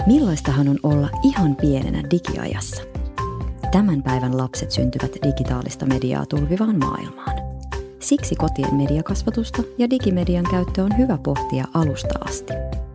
Millaistahan on olla ihan pienenä digiajassa? Tämän päivän lapset syntyvät digitaalista mediaa tulvivaan maailmaan. Siksi kotien mediakasvatusta ja digimedian käyttö on hyvä pohtia alusta asti.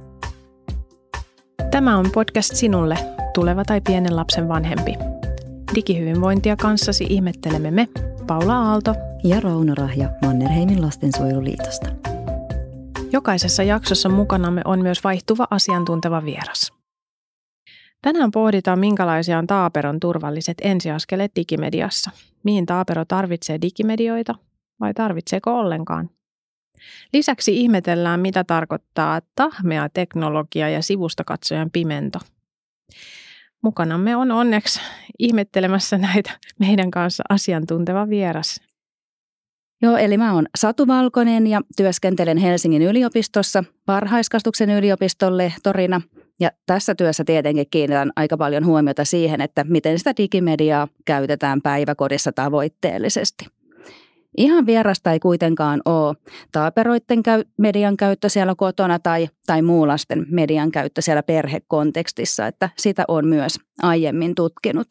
Tämä on podcast sinulle, tuleva tai pienen lapsen vanhempi. Digihyvinvointia kanssasi ihmettelemme me, Paula Aalto ja Rauno Rahja Mannerheimin lastensuojeluliitosta. Jokaisessa jaksossa mukanamme on myös vaihtuva asiantunteva vieras. Tänään pohditaan, minkälaisia on Taaperon turvalliset ensiaskeleet digimediassa. Mihin Taapero tarvitsee digimedioita vai tarvitseeko ollenkaan? Lisäksi ihmetellään, mitä tarkoittaa tahmea teknologia ja sivustakatsojan pimento. Mukanamme on onneksi ihmettelemässä näitä meidän kanssa asiantunteva vieras. Joo, eli mä oon Satu Valkonen ja työskentelen Helsingin yliopistossa varhaiskasvatuksen yliopiston lehtorina. Ja tässä työssä tietenkin kiinnitän aika paljon huomiota siihen, että miten sitä digimediaa käytetään päiväkodissa tavoitteellisesti. Ihan vierasta ei kuitenkaan ole taaperoiden median käyttö siellä kotona tai muu lasten median käyttö siellä perhekontekstissa, että sitä on myös aiemmin tutkinut.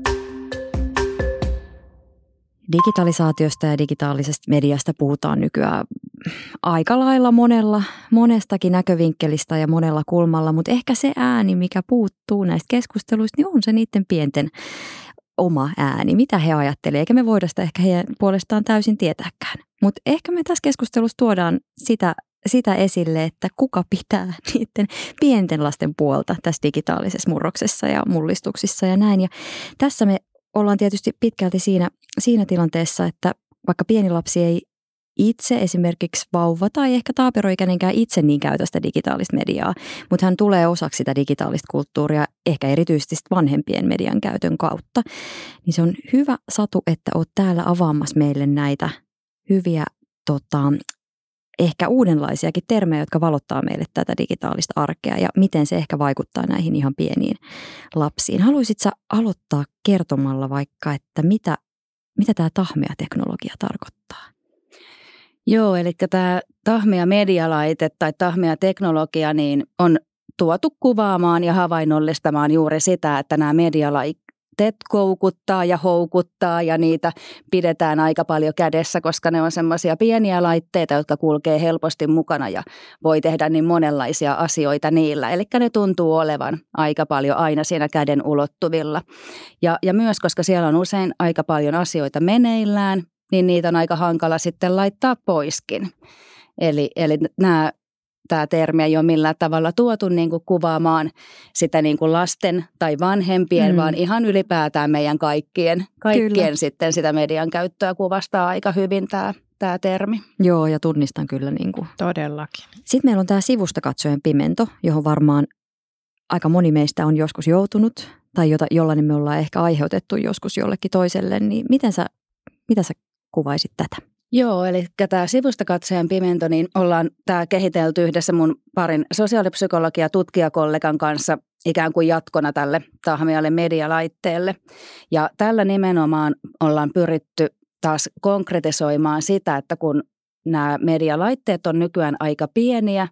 Digitalisaatiosta ja digitaalisesta mediasta puhutaan nykyään aika lailla monestakin näkövinkkelistä ja monella kulmalla, mutta ehkä se ääni, mikä puuttuu näistä keskusteluista, niin on se niiden pienten oma ääni, mitä he ajattelevat, eikä me voida sitä ehkä heidän puolestaan täysin tietääkään. Mutta ehkä me tässä keskustelussa tuodaan sitä esille, että kuka pitää niiden pienten lasten puolta tässä digitaalisessa murroksessa ja mullistuksissa ja näin. Ja tässä me ollaan tietysti pitkälti siinä tilanteessa, että vaikka pieni lapsi ei itse esimerkiksi vauva tai ehkä taaperoikäinenkään itse niin käytä sitä digitaalista mediaa, mutta hän tulee osaksi sitä digitaalista kulttuuria, ehkä erityisesti vanhempien median käytön kautta. Niin se on hyvä, Satu, että olet täällä avaamassa meille näitä hyviä, ehkä uudenlaisiakin termejä, jotka valottaa meille tätä digitaalista arkea ja miten se ehkä vaikuttaa näihin ihan pieniin lapsiin. Haluaisitko sä aloittaa kertomalla vaikka, että mitä tämä tahmea teknologia tarkoittaa? Joo, eli tämä tahmea medialaite tai tahmea teknologia niin on tuotu kuvaamaan ja havainnollistamaan juuri sitä, että nämä medialaitteet koukuttaa ja houkuttaa ja niitä pidetään aika paljon kädessä, koska ne on semmoisia pieniä laitteita, jotka kulkee helposti mukana ja voi tehdä niin monenlaisia asioita niillä. Eli ne tuntuu olevan aika paljon aina siinä käden ulottuvilla. Ja myös, koska siellä on usein aika paljon asioita meneillään, niin niitä on aika hankala sitten laittaa poiskin. Eli tämä termi ei ole millään tavalla tuotu niin kuin kuvaamaan sitä niin kuin lasten tai vanhempien, vaan ihan ylipäätään meidän kaikkien sitten sitä median käyttöä kuvastaa aika hyvin tämä termi. Joo, ja tunnistan kyllä. Todellakin. Sitten meillä on tämä sivustakatsojen pimento, johon varmaan aika moni meistä on joskus joutunut tai jollainen me ollaan ehkä aiheutettu joskus jollekin toiselle. Niin mitä sä kuvaisit tätä? Joo, eli tämä sivustakatsojan pimento, niin ollaan tämä kehitelty yhdessä mun parin sosiaalipsykologia tutkijakollegan kanssa ikään kuin jatkona tälle tahmealle medialaitteelle. Ja tällä nimenomaan ollaan pyritty taas konkretisoimaan sitä, että kun nämä medialaitteet on nykyään aika pieniä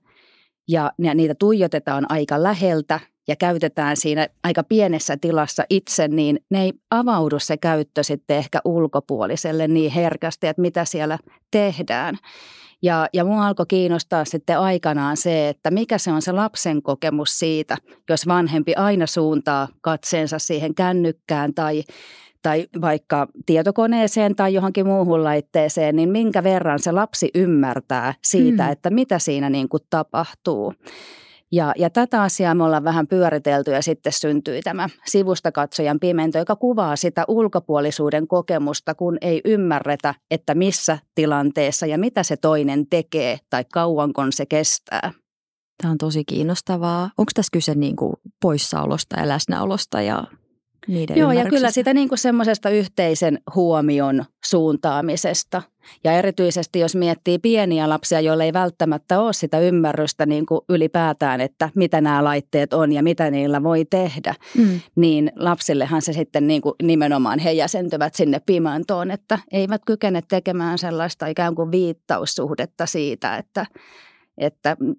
ja niitä tuijotetaan aika läheltä ja käytetään siinä aika pienessä tilassa itse, niin ne ei avaudu se käyttö sitten ehkä ulkopuoliselle niin herkästi, että mitä siellä tehdään. Ja mua alkoi kiinnostaa sitten aikanaan se, että mikä se on se lapsen kokemus siitä, jos vanhempi aina suuntaa katseensa siihen kännykkään tai vaikka tietokoneeseen tai johonkin muuhun laitteeseen, niin minkä verran se lapsi ymmärtää siitä, että mitä siinä niin kuin tapahtuu. Ja tätä asiaa me ollaan vähän pyöritelty ja sitten syntyi tämä sivustakatsojan pimento, joka kuvaa sitä ulkopuolisuuden kokemusta, kun ei ymmärretä, että missä tilanteessa ja mitä se toinen tekee tai kauanko se kestää. Tämä on tosi kiinnostavaa. Onko tässä kyse niin kuin poissaolosta ja läsnäolosta ja niiden Joo, ja kyllä sitä niin kuin semmoisesta yhteisen huomion suuntaamisesta. Ja erityisesti jos miettii pieniä lapsia, joilla ei välttämättä ole sitä ymmärrystä niin kuin ylipäätään, että mitä nämä laitteet on ja mitä niillä voi tehdä, niin lapsillehan se sitten niin kuin nimenomaan he jäsentyvät sinne pimentoon, että eivät kykene tekemään sellaista ikään kuin viittaussuhdetta siitä, että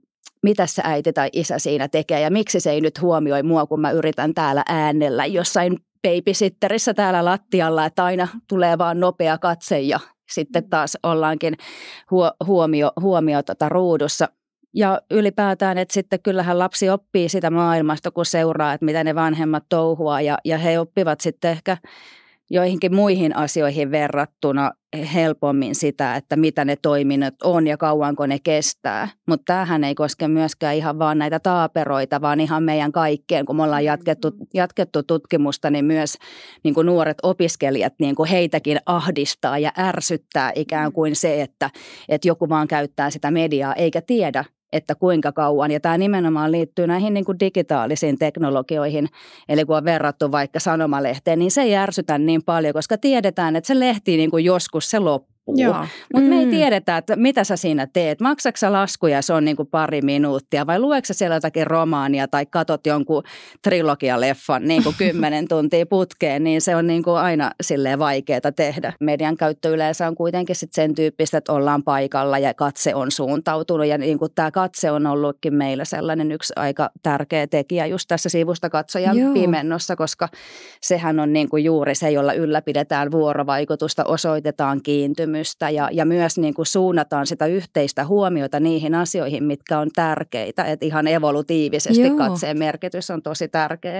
mitä se äiti tai isä siinä tekee ja miksi se ei nyt huomioi mua, kun mä yritän täällä äänellä jossain babysitterissä täällä lattialla, että aina tulee vaan nopea katse ja sitten taas ollaankin huomio ruudussa. Ja ylipäätään, että sitten kyllähän lapsi oppii sitä maailmasta, kun seuraa, että mitä ne vanhemmat touhuaa ja he oppivat sitten ehkä joihinkin muihin asioihin verrattuna helpommin sitä, että mitä ne toiminnot on ja kauanko ne kestää. Mutta tämähän ei koske myöskään ihan vaan näitä taaperoita, vaan ihan meidän kaikkeen. Kun me ollaan jatkettu tutkimusta, niin myös niin kuin nuoret opiskelijat, niin kuin heitäkin ahdistaa ja ärsyttää ikään kuin se, että joku vaan käyttää sitä mediaa eikä tiedä, että kuinka kauan. Ja tämä nimenomaan liittyy näihin niin kuin digitaalisiin teknologioihin. Eli kun on verrattu vaikka sanomalehteen, niin se ei ärsytä niin paljon, koska tiedetään, että se lehti niin kuin joskus se loppuu. Mutta me ei tiedetä, että mitä sä siinä teet. Maksatko sä laskuja, se on niin kuin pari minuuttia, vai luetko sä siellä jotakin romaania tai katot jonkun trilogialeffan niin kuin 10 tuntia putkeen, niin se on niin kuin aina silleen vaikeaa tehdä. Median käyttö yleensä on kuitenkin sit sen tyyppistä, että ollaan paikalla ja katse on suuntautunut ja niin kuin tämä katse on ollutkin meillä sellainen yksi aika tärkeä tekijä just tässä sivustakatsojan pimennossa, koska sehän on niin kuin juuri se, jolla ylläpidetään vuorovaikutusta, osoitetaan kiintymystä ja myös niin kuin suunnataan sitä yhteistä huomiota niihin asioihin, mitkä on tärkeitä. Että ihan evolutiivisesti katseen merkitys on tosi tärkeä.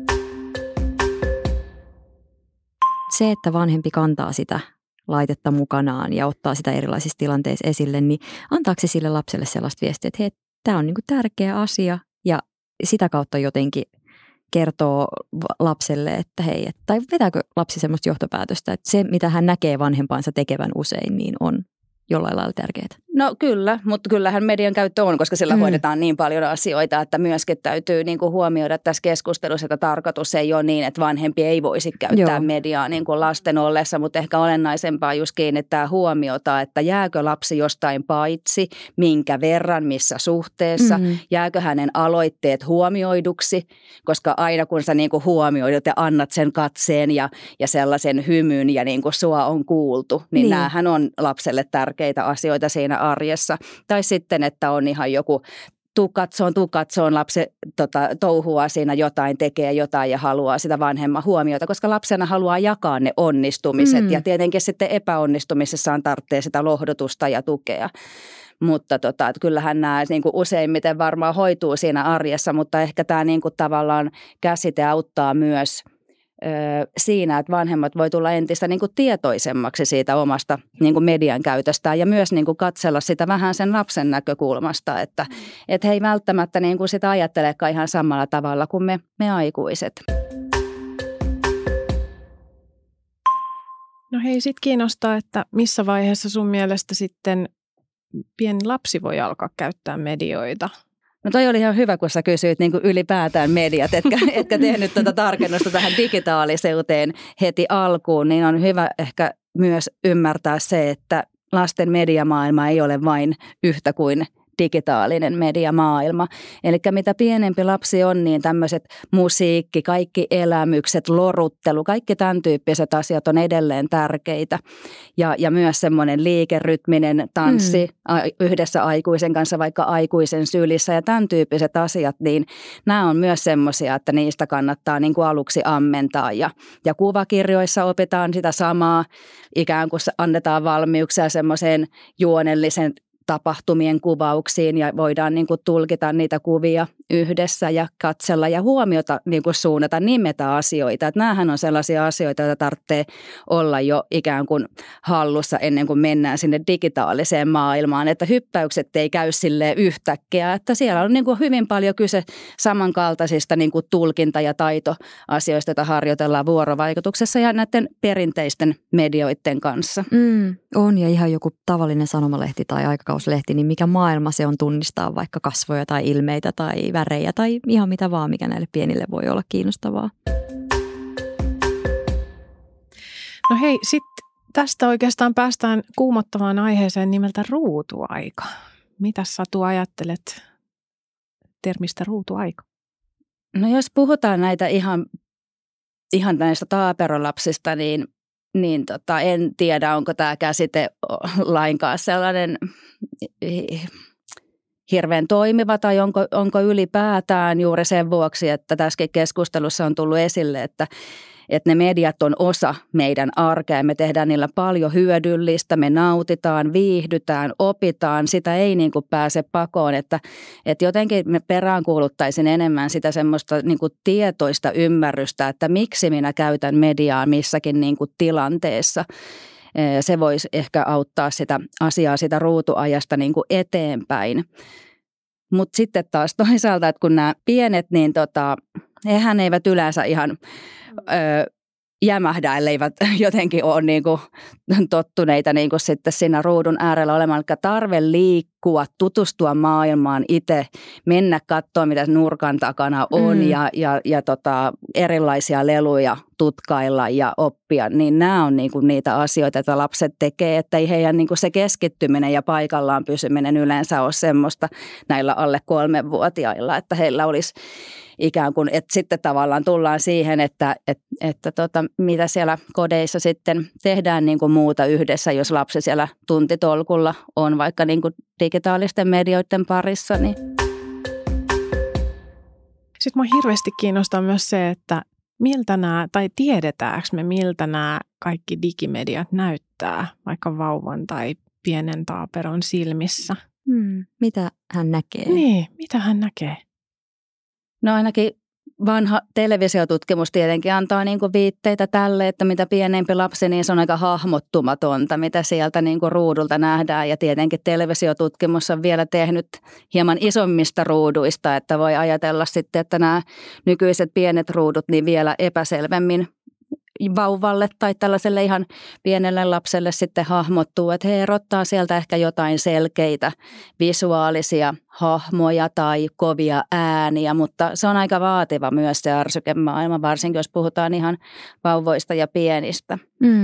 Se, että vanhempi kantaa sitä laitetta mukanaan ja ottaa sitä erilaisissa tilanteissa esille, niin antaako se sille lapselle sellaista viestiä, että hei, tämä on niin kuin tärkeä asia ja sitä kautta jotenkin kertoo lapselle, että hei, tai vetääkö lapsi semmoista johtopäätöstä, että se, mitä hän näkee vanhempansa tekevän usein, niin on jollain lailla tärkeää? No kyllä, mutta kyllähän median käyttö on, koska sillä hoidetaan niin paljon asioita, että myöskin täytyy niin kuin huomioida tässä keskustelussa, että tarkoitus ei ole niin, että vanhempi ei voisi käyttää mediaa niin kuin lasten ollessa, mutta ehkä olennaisempaa just kiinnittää huomiota, että jääkö lapsi jostain paitsi, minkä verran, missä suhteessa, jääkö hänen aloitteet huomioiduksi, koska aina kun sä niin kuin huomioidut ja annat sen katseen ja sellaisen hymyn ja niin kuin sua on kuultu, niin näähän on lapselle tärkeitä asioita siinä arjessa. Tai sitten, että on ihan joku tuu katsoon, lapsi touhua siinä jotain, tekee jotain ja haluaa sitä vanhemman huomiota, koska lapsena haluaa jakaa ne onnistumiset ja tietenkin sitten epäonnistumisessaan tarvitsee sitä lohdutusta ja tukea. Mutta kyllähän nämä niin kuin useimmiten varmaan hoituu siinä arjessa, mutta ehkä tämä niin kuin tavallaan käsite auttaa myös siinä, että vanhemmat voi tulla entistä niin kuin tietoisemmaksi siitä omasta niin kuin median käytöstään ja myös niin kuin katsella sitä vähän sen lapsen näkökulmasta, että he ei välttämättä niin kuin sitä ajattelekaan ihan samalla tavalla kuin me aikuiset. No hei, sit kiinnostaa, että missä vaiheessa sun mielestä sitten pieni lapsi voi alkaa käyttää medioita? No toi oli ihan hyvä, kun sä kysyit niin kuin ylipäätään mediat, etkä tehnyt tuota tarkennusta tähän digitaaliseuteen heti alkuun, niin on hyvä ehkä myös ymmärtää se, että lasten mediamaailma ei ole vain yhtä kuin digitaalinen mediamaailma. Eli mitä pienempi lapsi on, niin tämmöiset musiikki, kaikki elämykset, loruttelu, kaikki tämän tyyppiset asiat on edelleen tärkeitä. Ja myös semmoinen liikerytminen tanssi yhdessä aikuisen kanssa, vaikka aikuisen sylissä ja tämän tyyppiset asiat, niin nämä on myös semmoisia, että niistä kannattaa niin kuin aluksi ammentaa. Ja kuvakirjoissa opitaan sitä samaa, ikään kuin annetaan valmiuksia semmoiseen juonellisen tapahtumien kuvauksiin ja voidaan niin kuin tulkita niitä kuvia yhdessä ja katsella ja huomiota niin kuin suunnata, nimetä asioita. Että näähän on sellaisia asioita, joita tarvitsee olla jo ikään kuin hallussa ennen kuin mennään sinne digitaaliseen maailmaan. Että hyppäykset ei käy silleen yhtäkkiä, että siellä on niin kuin hyvin paljon kyse samankaltaisista niin kuin tulkinta- ja taitoasioista, joita harjoitellaan vuorovaikutuksessa ja näiden perinteisten medioiden kanssa. On ja ihan joku tavallinen sanomalehti tai aikakauslehti, niin mikä maailma se on tunnistaa vaikka kasvoja tai ilmeitä tai värejä tai ihan mitä vaan, mikä näille pienille voi olla kiinnostavaa. No hei, sitten tästä oikeastaan päästään kuumottavaan aiheeseen nimeltä ruutuaika. Mitä Satu ajattelet termistä ruutuaika? No jos puhutaan näitä ihan näistä taaperolapsista, niin en tiedä, onko tämä käsite lainkaan sellainen hirveän toimiva tai onko ylipäätään juuri sen vuoksi, että tässäkin keskustelussa on tullut esille, että ne mediat on osa meidän arkea. Me tehdään niillä paljon hyödyllistä, me nautitaan, viihdytään, opitaan. Sitä ei niin kuin pääse pakoon, että jotenkin me peräänkuuluttaisin enemmän sitä semmoista niin kuin tietoista ymmärrystä, että miksi minä käytän mediaa missäkin niin kuin tilanteessa. Se voisi ehkä auttaa sitä asiaa sitä ruutuajasta niin kuin eteenpäin. Mutta sitten taas toisaalta, että kun nämä pienet, niin hehän eivät yleensä ihan jämähdä, elleivät jotenkin ole niin kuin tottuneita niin kuin sitten siinä ruudun äärellä olemaan. Eli tarve liikkua, tutustua maailmaan itse, mennä katsoa, mitä nurkan takana on ja erilaisia leluja tutkailla ja oppia. Niin nämä on niin kuin niitä asioita, joita lapset tekee, että ei heidän niin kuin se keskittyminen ja paikallaan pysyminen yleensä ole semmoista näillä alle 3-vuotiailla, että heillä olisi ikään kuin, että sitten tavallaan tullaan siihen, että mitä siellä kodeissa sitten tehdään niin kuin muuta yhdessä, jos lapsi siellä tuntitolkulla on vaikka niin kuin digitaalisten medioiden parissa. Niin. Sitten minua hirveästi kiinnostaa myös se, että miltä nämä, tai tiedetäänkö me, miltä nämä kaikki digimediat näyttää vaikka vauvan tai pienen taaperon silmissä? Mitä hän näkee? Niin, mitä hän näkee? No ainakin vanha televisiotutkimus tietenkin antaa niin kuin viitteitä tälle, että mitä pienempi lapsi, niin se on aika hahmottumatonta, mitä sieltä niin kuin ruudulta nähdään. Ja tietenkin televisiotutkimus on vielä tehnyt hieman isommista ruuduista, että voi ajatella sitten, että nämä nykyiset pienet ruudut niin vielä epäselvemmin vauvalle tai tällaiselle ihan pienelle lapselle sitten hahmottuu, että he erottaa sieltä ehkä jotain selkeitä visuaalisia hahmoja tai kovia ääniä, mutta se on aika vaativa myös se ärsykemaailma, varsinkin jos puhutaan ihan vauvoista ja pienistä.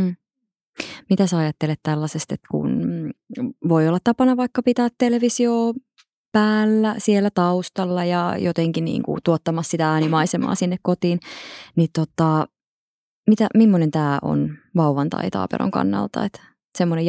Mitä sä ajattelet tällaisesta, että kun voi olla tapana vaikka pitää televisio päällä siellä taustalla ja jotenkin niin kuin tuottamassa sitä äänimaisemaa sinne kotiin, niin millainen tämä on vauvan tai taaperon kannalta, että semmoinen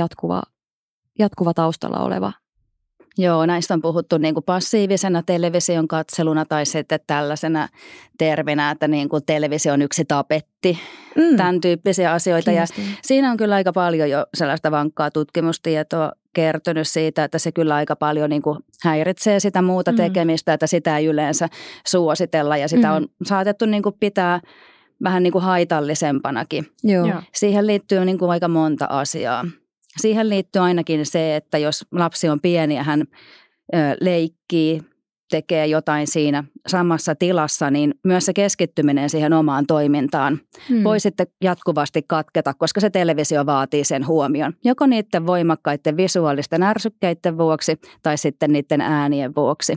jatkuva taustalla oleva? Joo, näistä on puhuttu niin kuin passiivisena television katseluna tai sitten tällaisena terminä, että niin kuin televisio on yksi tapetti, tämän tyyppisiä asioita. Ja siinä on kyllä aika paljon jo sellaista vankkaa tutkimustietoa kertynyt siitä, että se kyllä aika paljon niin kuin häiritsee sitä muuta tekemistä, että sitä ei yleensä suositella ja sitä on saatettu niin kuin pitää vähän niin kuin haitallisempanakin. Joo. Siihen liittyy niin kuin aika monta asiaa. Siihen liittyy ainakin se, että jos lapsi on pieni ja hän leikkii, tekee jotain siinä samassa tilassa, niin myös se keskittyminen siihen omaan toimintaan voi sitten jatkuvasti katketa, koska se televisio vaatii sen huomion. Joko niiden voimakkaiden visuaalisten ärsykkeiden vuoksi tai sitten niiden äänien vuoksi.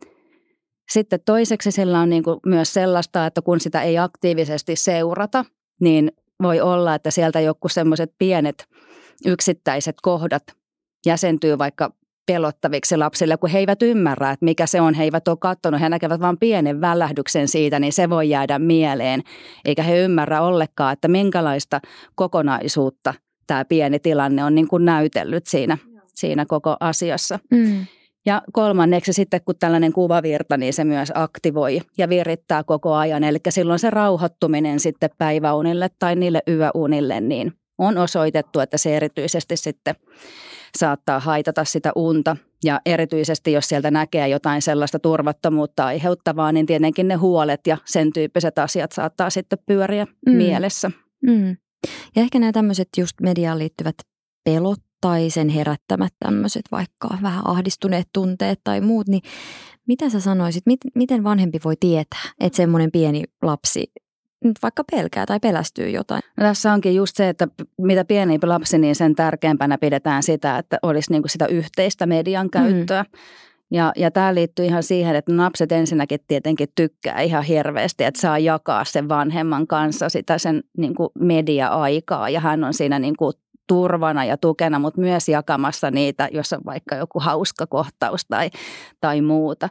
Sitten toiseksi sillä on niin kuin myös sellaista, että kun sitä ei aktiivisesti seurata, niin voi olla, että sieltä joku semmoiset pienet yksittäiset kohdat jäsentyy vaikka pelottaviksi lapsille, kun he eivät ymmärrä, että mikä se on. He eivät ole katsonut, he näkevät vain pienen välähdyksen siitä, niin se voi jäädä mieleen. Eikä he ymmärrä ollenkaan, että minkälaista kokonaisuutta tämä pieni tilanne on niin kuin näytellyt siinä koko asiassa. Ja kolmanneksi sitten, kun tällainen kuvavirta, niin se myös aktivoi ja virittää koko ajan. Eli silloin se rauhoittuminen sitten päiväunille tai niille yöunille, niin on osoitettu, että se erityisesti sitten saattaa haitata sitä unta. Ja erityisesti, jos sieltä näkee jotain sellaista turvattomuutta aiheuttavaa, niin tietenkin ne huolet ja sen tyyppiset asiat saattaa sitten pyöriä mielessä. Ja ehkä nämä tämmöiset just mediaan liittyvät pelot tai sen herättämät tämmöiset vaikka vähän ahdistuneet tunteet tai muut, niin mitä sä sanoisit, miten vanhempi voi tietää, että semmoinen pieni lapsi nyt vaikka pelkää tai pelästyy jotain? No tässä onkin just se, että mitä pienempi lapsi, niin sen tärkeämpänä pidetään sitä, että olisi niin kuin sitä yhteistä median käyttöä. Ja tämä liittyy ihan siihen, että lapset ensinnäkin tietenkin tykkää ihan hirveästi, että saa jakaa sen vanhemman kanssa sitä sen niin kuin media-aikaa ja hän on siinä niin kuin turvana ja tukena, mutta myös jakamassa niitä, jos on vaikka joku hauska kohtaus tai muuta.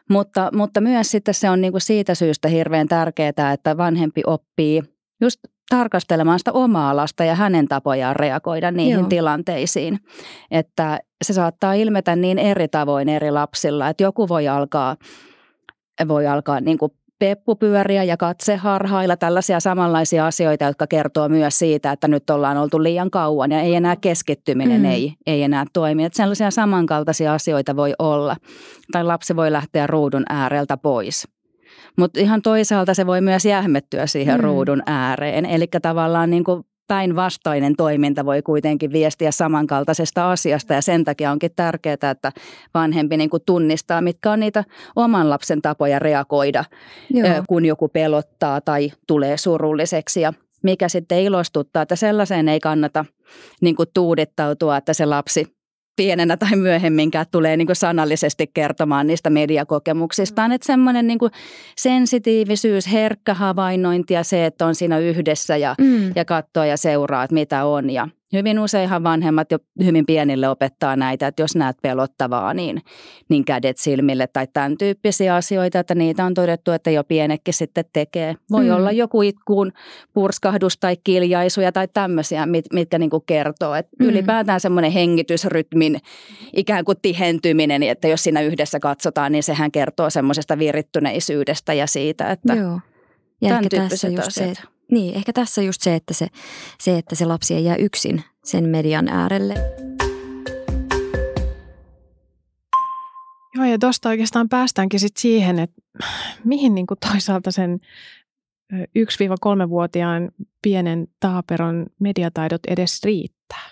Mutta myös sitten se on niin kuin siitä syystä hirveän tärkeää, että vanhempi oppii just tarkastelemaan sitä omaa lasta ja hänen tapojaan reagoida niihin tilanteisiin. Että se saattaa ilmetä niin eri tavoin eri lapsilla, että joku voi alkaa niin kuin peppupyöriä ja katseharhailla, tällaisia samanlaisia asioita, jotka kertoo myös siitä, että nyt ollaan oltu liian kauan ja ei enää keskittyminen ei enää toimi. Että sellaisia samankaltaisia asioita voi olla. Tai lapsi voi lähteä ruudun ääreltä pois. Mutta ihan toisaalta se voi myös jähmettyä siihen ruudun ääreen. Eli tavallaan niin kuin päinvastainen toiminta voi kuitenkin viestiä samankaltaisesta asiasta ja sen takia onkin tärkeää, että vanhempi niin kuin tunnistaa, mitkä on niitä oman lapsen tapoja reagoida, kun joku pelottaa tai tulee surulliseksi ja mikä sitten ilostuttaa, että sellaiseen ei kannata niin kuin tuudittautua, että se lapsi pienenä tai myöhemminkään tulee niin kuin sanallisesti kertomaan niistä mediakokemuksistaan. Että semmoinen niin kuin sensitiivisyys, herkkä havainnointi ja se, että on siinä yhdessä ja katsoo ja seuraa, että mitä on. Ja hyvin useinhan vanhemmat jo hyvin pienille opettaa näitä, että jos näet pelottavaa, niin kädet silmille tai tämän tyyppisiä asioita, että niitä on todettu, että jo pienekin sitten tekee. Voi olla joku itkuun purskahdus tai kiljaisuja tai tämmöisiä, mitkä niin kuin kertoo. Että ylipäätään semmoinen hengitysrytmin ikään kuin tihentyminen, että jos siinä yhdessä katsotaan, niin sehän kertoo semmoisesta virittyneisyydestä ja siitä, että tämän tyyppiset asiat. Niin, ehkä tässä just se, että se lapsi ei jää yksin sen median äärelle. Joo, ja tuosta oikeastaan päästäänkin sitten siihen, että mihin niin kuin toisaalta sen 1-3-vuotiaan pienen taaperon mediataidot edes riittää.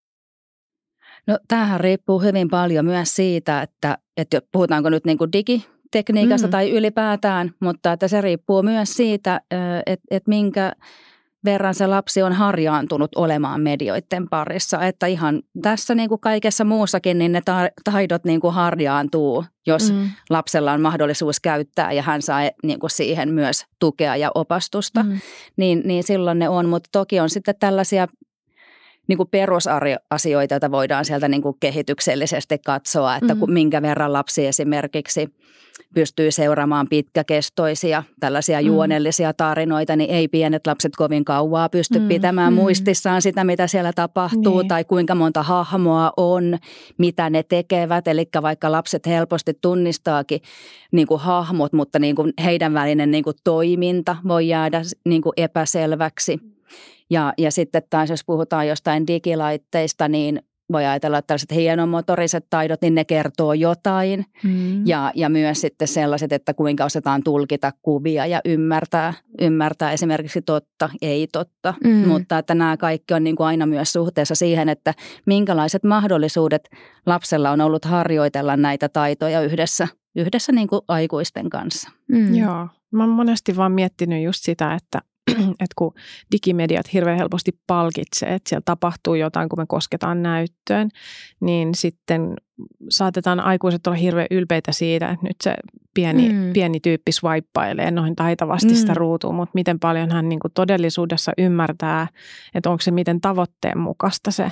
No tämähän riippuu hyvin paljon myös siitä, että puhutaanko nyt niin kuin digitekniikasta tai ylipäätään, mutta että se riippuu myös siitä, että minkä verran se lapsi on harjaantunut olemaan medioiden parissa. Että ihan tässä niin kuin kaikessa muussakin, niin ne taidot niin kuin harjaantuu, jos lapsella on mahdollisuus käyttää ja hän saa niin kuin siihen myös tukea ja opastusta, niin silloin ne on. Mutta toki on sitten tällaisia niin kuin perusasioita, joita voidaan sieltä niin kuin kehityksellisesti katsoa, että minkä verran lapsi esimerkiksi pystyy seuraamaan pitkäkestoisia tällaisia juonellisia tarinoita, niin ei pienet lapset kovin kauaa pysty pitämään muistissaan sitä, mitä siellä tapahtuu tai kuinka monta hahmoa on, mitä ne tekevät. Eli vaikka lapset helposti tunnistaakin niin kuin hahmot, mutta niin kuin heidän välinen niin kuin toiminta voi jäädä niin kuin epäselväksi. Ja sitten taas, jos puhutaan jostain digilaitteista, niin voi ajatella, että tällaiset hienomotoriset taidot, niin ne kertoo jotain. Ja myös sitten sellaiset, että kuinka osataan tulkita kuvia ja ymmärtää esimerkiksi totta, ei totta. Mutta että nämä kaikki on niin kuin aina myös suhteessa siihen, että minkälaiset mahdollisuudet lapsella on ollut harjoitella näitä taitoja yhdessä niin kuin aikuisten kanssa. Joo, mä oon monesti vaan miettinyt just sitä, että kun digimediat hirveän helposti palkitsee, että siellä tapahtuu jotain, kun me kosketaan näyttöön, niin sitten saatetaan aikuiset olla hirveän ylpeitä siitä, että nyt se pieni tyyppi swipeilee noin taitavasti sitä ruutua, mutta miten paljon hän niin kuin todellisuudessa ymmärtää, että onko se miten tavoitteen mukaista se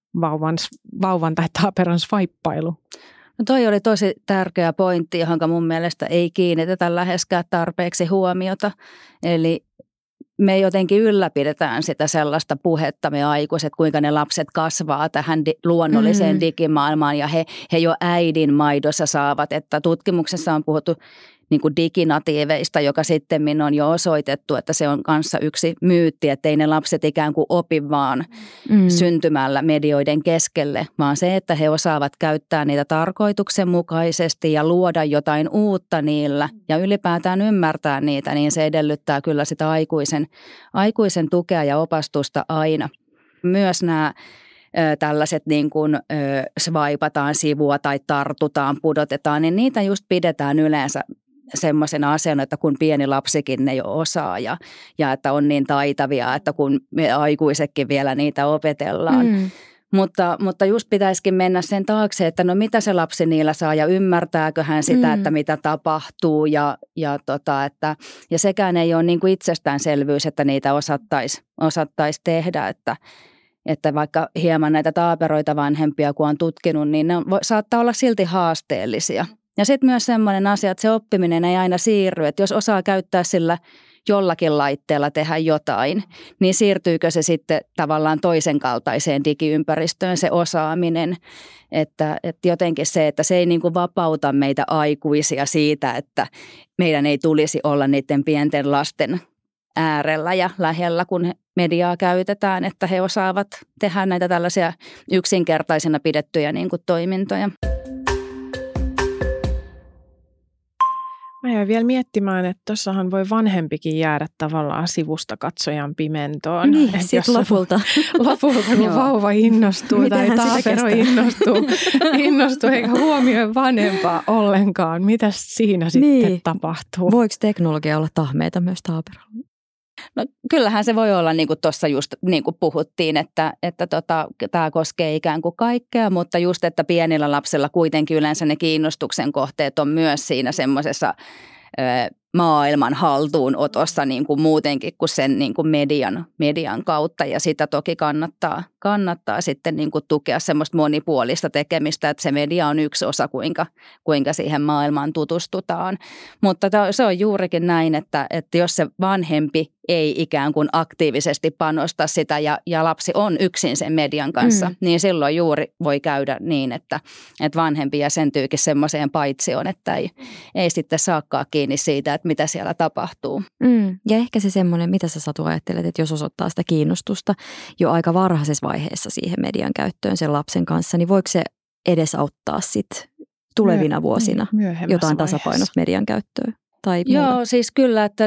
vauvan tai taaperon swipeilu. No toi oli tosi tärkeä pointti, johon mun mielestä ei kiinnitetä läheskään tarpeeksi huomiota, eli me jotenkin ylläpidetään sitä sellaista puhetta, me aikuiset, kuinka ne lapset kasvaa tähän luonnolliseen digimaailmaan ja he jo äidin maidossa saavat, että tutkimuksessa on puhuttu niin kuin diginatiiveista, joka sitten on jo osoitettu, että se on kanssa yksi myytti, että ei ne lapset ikään kuin opi vaan syntymällä medioiden keskelle, vaan se, että he osaavat käyttää niitä tarkoituksenmukaisesti ja luoda jotain uutta niillä ja ylipäätään ymmärtää niitä, niin se edellyttää kyllä sitä aikuisen tukea ja opastusta aina. Myös nämä tällaiset niin kuin swipataan sivua tai tartutaan, pudotetaan, niin niitä just pidetään yleensä semmoisena asiana, että kun pieni lapsikin ne jo osaa ja että on niin taitavia, että kun me aikuisetkin vielä niitä opetellaan. Mutta just pitäisikin mennä sen taakse, että no mitä se lapsi niillä saa ja ymmärtääkö hän sitä, että mitä tapahtuu ja sekään ei ole niin kuin itsestäänselvyys, että niitä osattaisi tehdä, että vaikka hieman näitä taaperoita vanhempia, kun on tutkinut, niin ne saattaa olla silti haasteellisia. Ja sitten myös semmoinen asia, että se oppiminen ei aina siirry, että jos osaa käyttää sillä jollakin laitteella tehdä jotain, niin siirtyykö se sitten tavallaan toisen kaltaiseen digiympäristöön se osaaminen, että jotenkin se, että se ei niin kuin vapauta meitä aikuisia siitä, että meidän ei tulisi olla niiden pienten lasten äärellä ja lähellä, kun mediaa käytetään, että he osaavat tehdä näitä tällaisia yksinkertaisena pidettyjä niin kuin toimintoja. Mä jäin vielä miettimään, että tuossahan voi vanhempikin jäädä tavallaan sivusta katsojan pimentoon. Niin, sitten lopulta. Lopulta, kun vauva innostuu tai taapero innostuu eikä huomioi vanhempaa ollenkaan. Mitäs siinä sitten tapahtuu? Voiko teknologia olla tahmeita myös taaperolla? No, kyllähän se voi olla, niin kuin tuossa just niin kuin puhuttiin, että tämä koskee ikään kuin kaikkea, mutta just, että pienillä lapsilla kuitenkin yleensä ne kiinnostuksen kohteet on myös siinä semmoisessa maailman haltuunotossa niin kuin muutenkin kuin sen niin kuin median kautta, ja sitä toki kannattaa sitten niin kuin tukea semmoista monipuolista tekemistä, että se media on yksi osa, kuinka siihen maailmaan tutustutaan. Mutta se on juurikin näin, että jos se vanhempi ei ikään kuin aktiivisesti panosta sitä ja lapsi on yksin sen median kanssa, niin silloin juuri voi käydä niin, että vanhempi jäsentyykin semmoiseen paitsioon, että ei sitten saakaan kiinni siitä, että mitä siellä tapahtuu. Ja ehkä se semmoinen, mitä sä Satu ajattelet, että jos osoittaa sitä kiinnostusta jo aika varhaisessa vaiheessa siihen median käyttöön sen lapsen kanssa, niin voiko se edesauttaa sitten tulevina vuosina jotain tasapainosta median käyttöön? Tai joo, siis kyllä, että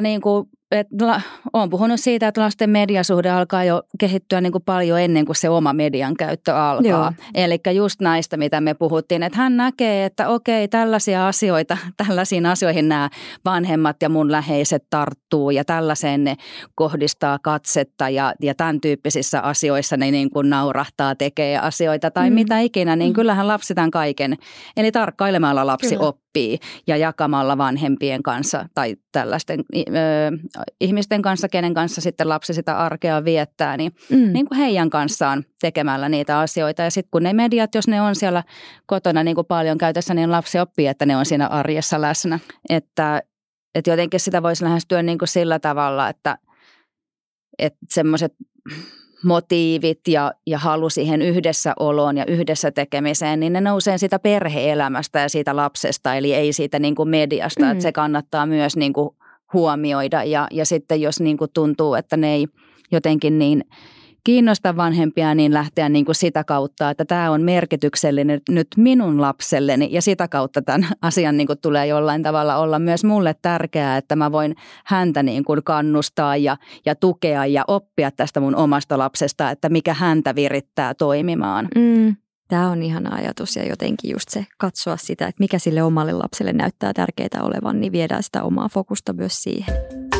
olen puhunut siitä, että lasten mediasuhde alkaa jo kehittyä niin kuin paljon ennen kuin se oma median käyttö alkaa. Eli just näistä, mitä me puhuttiin, että hän näkee, että okei, tällaisiin asioihin nämä vanhemmat ja mun läheiset tarttuu ja tällaiseen ne kohdistaa katsetta ja tämän tyyppisissä asioissa ne niin kuin naurahtaa, tekee asioita tai mitä ikinä, niin kyllähän lapsi tämän kaiken. Eli tarkkailemalla lapsi oppii ja jakamalla vanhempien kanssa tai tällaisten ihmisten kanssa, kenen kanssa sitten lapsi sitä arkea viettää, niin kuin heidän kanssaan tekemällä niitä asioita. Ja sitten kun ne mediat, jos ne on siellä kotona niin kuin paljon käytössä, niin lapsi oppii, että ne on siinä arjessa läsnä. Että jotenkin sitä voisi lähestyä niin kuin sillä tavalla, että semmoiset motiivit ja halu siihen yhdessäoloon ja yhdessä tekemiseen, niin ne nousee siitä perhe-elämästä ja siitä lapsesta, eli ei siitä niin kuin mediasta, että se kannattaa myös niin kuin huomioida ja sitten jos niin kuin tuntuu, että ne ei jotenkin niin kiinnosta vanhempia, niin lähteä niin kuin sitä kautta, että tämä on merkityksellinen nyt minun lapselleni ja sitä kautta tämän asian niin kuin tulee jollain tavalla olla myös mulle tärkeää, että mä voin häntä niin kuin kannustaa ja tukea ja oppia tästä mun omasta lapsesta, että mikä häntä virittää toimimaan. Tämä on ihana ajatus ja jotenkin just se katsoa sitä, että mikä sille omalle lapselle näyttää tärkeää olevan, niin viedään sitä omaa fokusta myös siihen.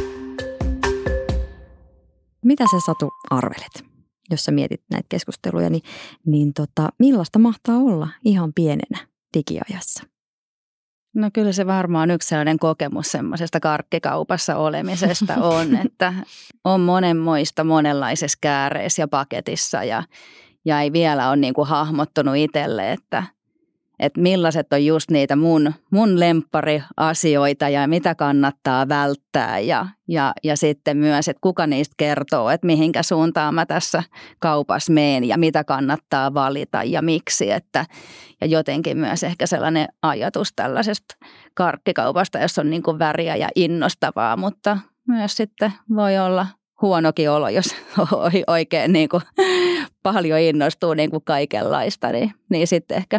Mitä sä Satu arvelet, jos sä mietit näitä keskusteluja, niin millaista mahtaa olla ihan pienenä digiajassa? No kyllä se varmaan yksi sellainen kokemus semmoisesta karkkikaupassa olemisesta on, että on monenlaisessa kääreissä ja paketissa ja ei vielä ole niin kuin hahmottunut itselle, että millaiset on just niitä mun lemppariasioita ja mitä kannattaa välttää ja sitten myös, että kuka niistä kertoo, että mihinkä suuntaan mä tässä kaupassa meen ja mitä kannattaa valita ja miksi. Ja jotenkin myös ehkä sellainen ajatus tällaisesta karkkikaupasta, jossa on niin kuin väriä ja innostavaa, mutta myös sitten voi olla huonokin olo, jos oikein niin kuin paljon innostuu niin kuin kaikenlaista, niin sitten ehkä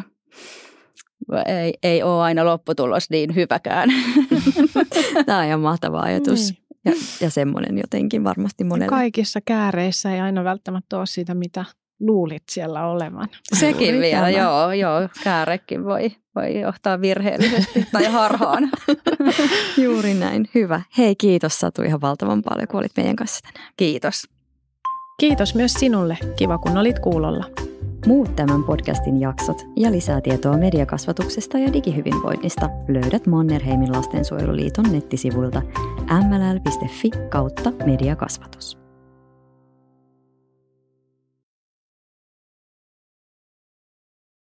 ei ole aina lopputulos niin hyväkään. Tämä on ihan mahtava ajatus ja semmoinen jotenkin varmasti monelle. Kaikissa kääreissä ei aina välttämättä ole siitä, mitä luulit siellä olevan. Sekin vielä, joo. Käärekin voi johtaa virheellisesti tai harhaan. Juuri näin, hyvä. Hei, kiitos Satu ihan valtavan paljon, kun olit meidän kanssa tänään. Kiitos. Kiitos myös sinulle. Kiva, kun olit kuulolla. Muut tämän podcastin jaksot ja lisää tietoa mediakasvatuksesta ja digihyvinvoinnista löydät Mannerheimin lastensuojeluliiton nettisivuilta mll.fi/mediakasvatus.